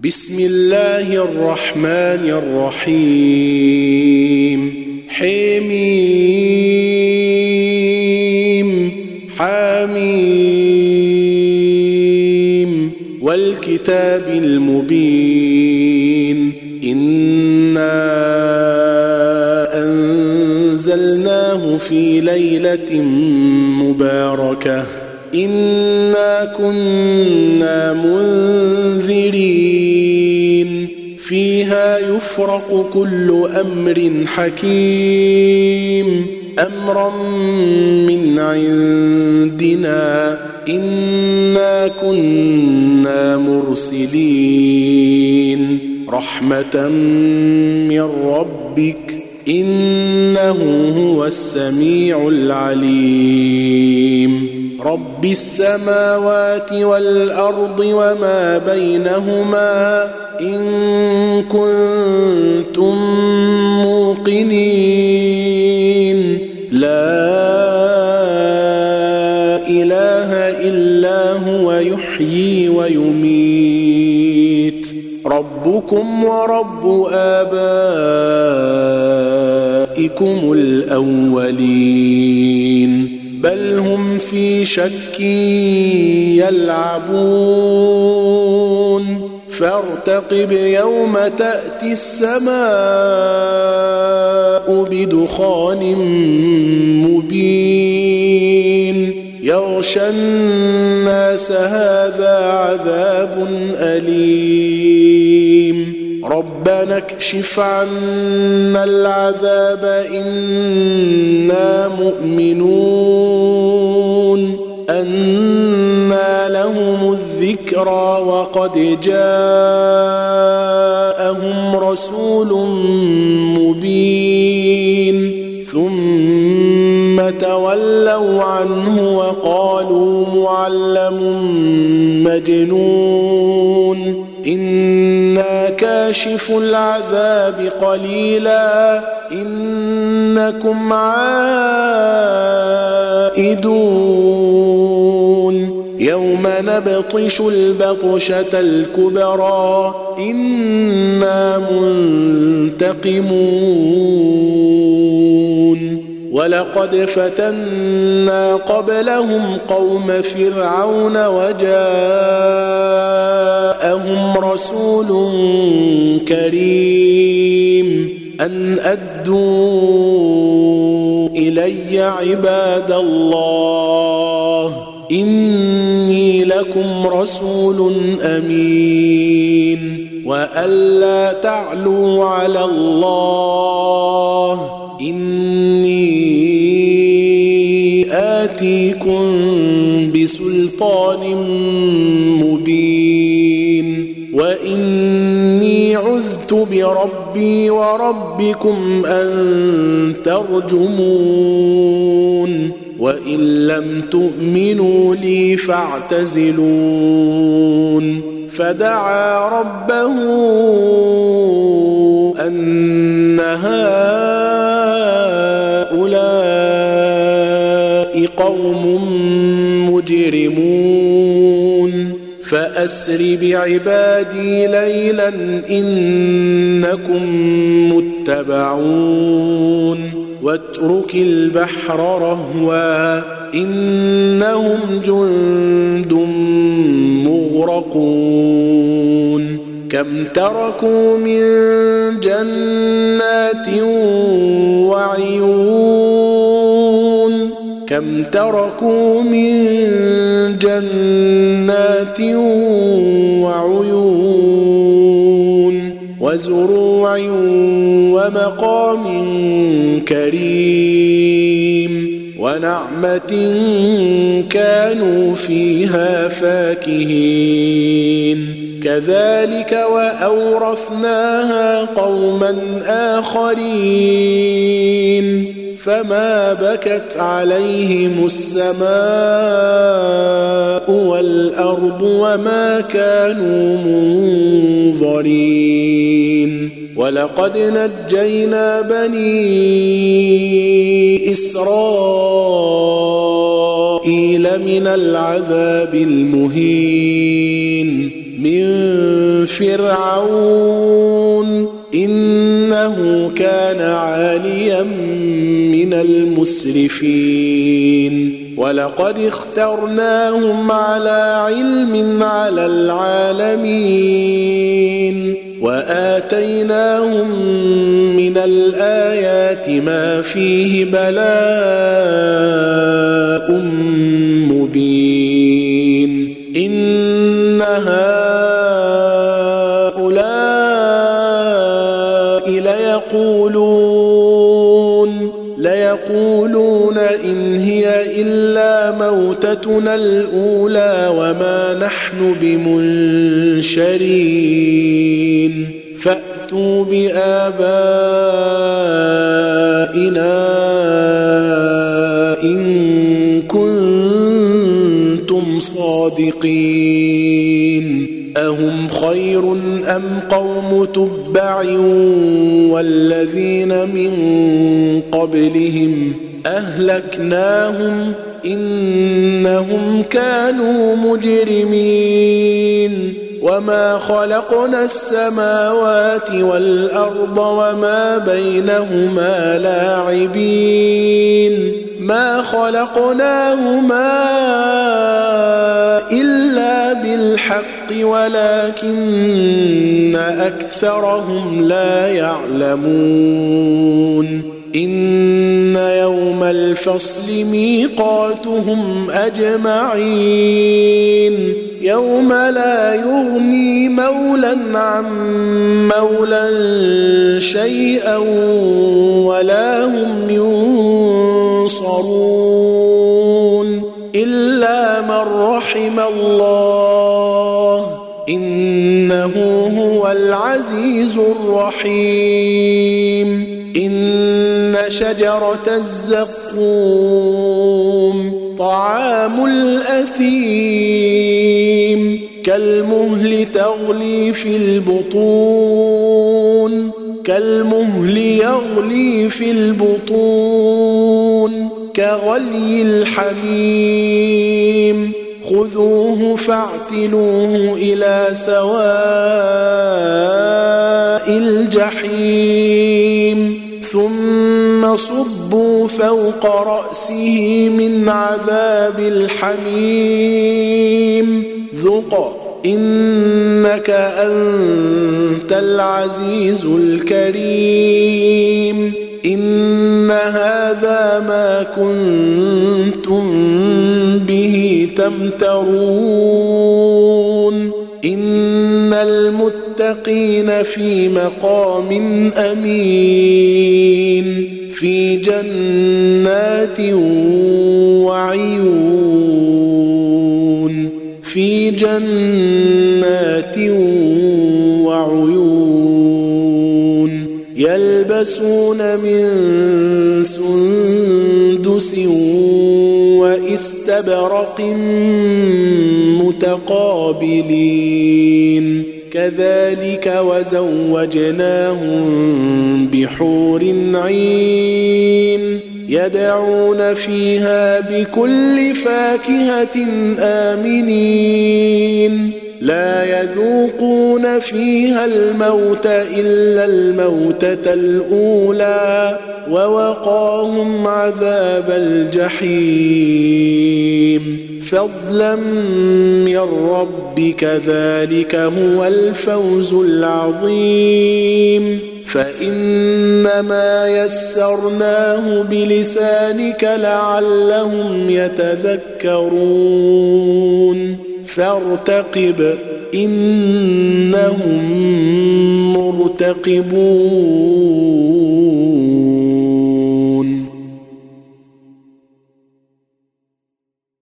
بسم الله الرحمن الرحيم حميم حميم والكتاب المبين إنا أنزلناه في ليلة مباركة إنا كنا منذرين فيها يفرق كل أمر حكيم أمرا من عندنا إنا كنا مرسلين رحمة من ربك إنه هو السميع العليم رب السماوات والأرض وما بينهما إن كنتم موقنين لا إله إلا هو يحيي ويميت ربكم ورب آبائكم الأولين بل هم في شك يلعبون فارتقب يوم تأتي السماء بدخان مبين يغشى الناس هذا عذاب أليم ربنا اكشف عنا العذاب إنا مؤمنون أنى لهم الذكرى وقد جاءهم رسول مبين ثم تولوا عنه وقالوا معلم مجنون إنا كاشف العذاب قليلا إنكم عائدون يوم نبطش البطشة الكبرى إنا منتقمون ولقد فتنا قبلهم قوم فرعون وجاءهم رسول كريم أن أدوا إلي عباد الله إني لكم رسول أمين وألا تعلوا على الله إني آتيكم بسلطان مبين وإني عذت بربي وربكم أن ترجمون وإن لم تؤمنوا لي فاعتزلون فدعا ربه أن هؤلاء قوم مجرمون فأسر بعبادي ليلا إنكم متبعون واترك البحر رهوا إنهم جند مغرقون كم تركوا من جنات وعيون كم تركوا من جنات وعيون وزروع ومقام كريم ونعمة كانوا فيها فاكهين كذلك وأورثناها قوما آخرين فما بكت عليهم السماء والأرض وما كانوا منظرين ولقد نجينا بني إسرائيل من العذاب المهين من فرعون إنه كان عاليا من المسرفين ولقد اخترناهم على علم على العالمين وآتيناهم من الآيات ما فيه بلاء مبين إن هؤلاء ليقولون إن هي إلا موتتنا الأولى وما نحن بمنشرين فأتوا بآبائنا إن كنتم صادقين أهم خير أم قوم تبع والذين من قبلهم أهلكناهم إنهم كانوا مجرمين وما خلقنا السماوات والأرض وما بينهما لاعبين ما خلقناهما إلا بالحق ولكن أكثرهم لا يعلمون إن يوم الفصل ميقاتهم أجمعين يوم لا يغني مولى عن مولى شيئا ولا هم ينصرون إلا من رحم الله إنه هو العزيز الرحيم إن شجرة الزقوم طعام الأثيم كالمهل يغلي في البطون كغلي الحميم خذوه فاعتلوه إلى سواء الجحيم ثم صبوا فوق رأسه من عذاب الحميم ذق إنك أنت العزيز الكريم إن هذا ما كنتم به تمترون إن المتقين في مقام أمين في جنات وعيون يلبسون من سندس واستبرق متقابلين كذلك وزوجناهم بحور عين يدعون فيها بكل فاكهة آمنين لا يذوقون فيها الموت إلا الموتة الأولى ووقاهم عذاب الجحيم فضلا من ربك ذلك هو الفوز العظيم فإنما يسرناه بلسانك لعلهم يتذكرون فارتقب إنهم مرتقبون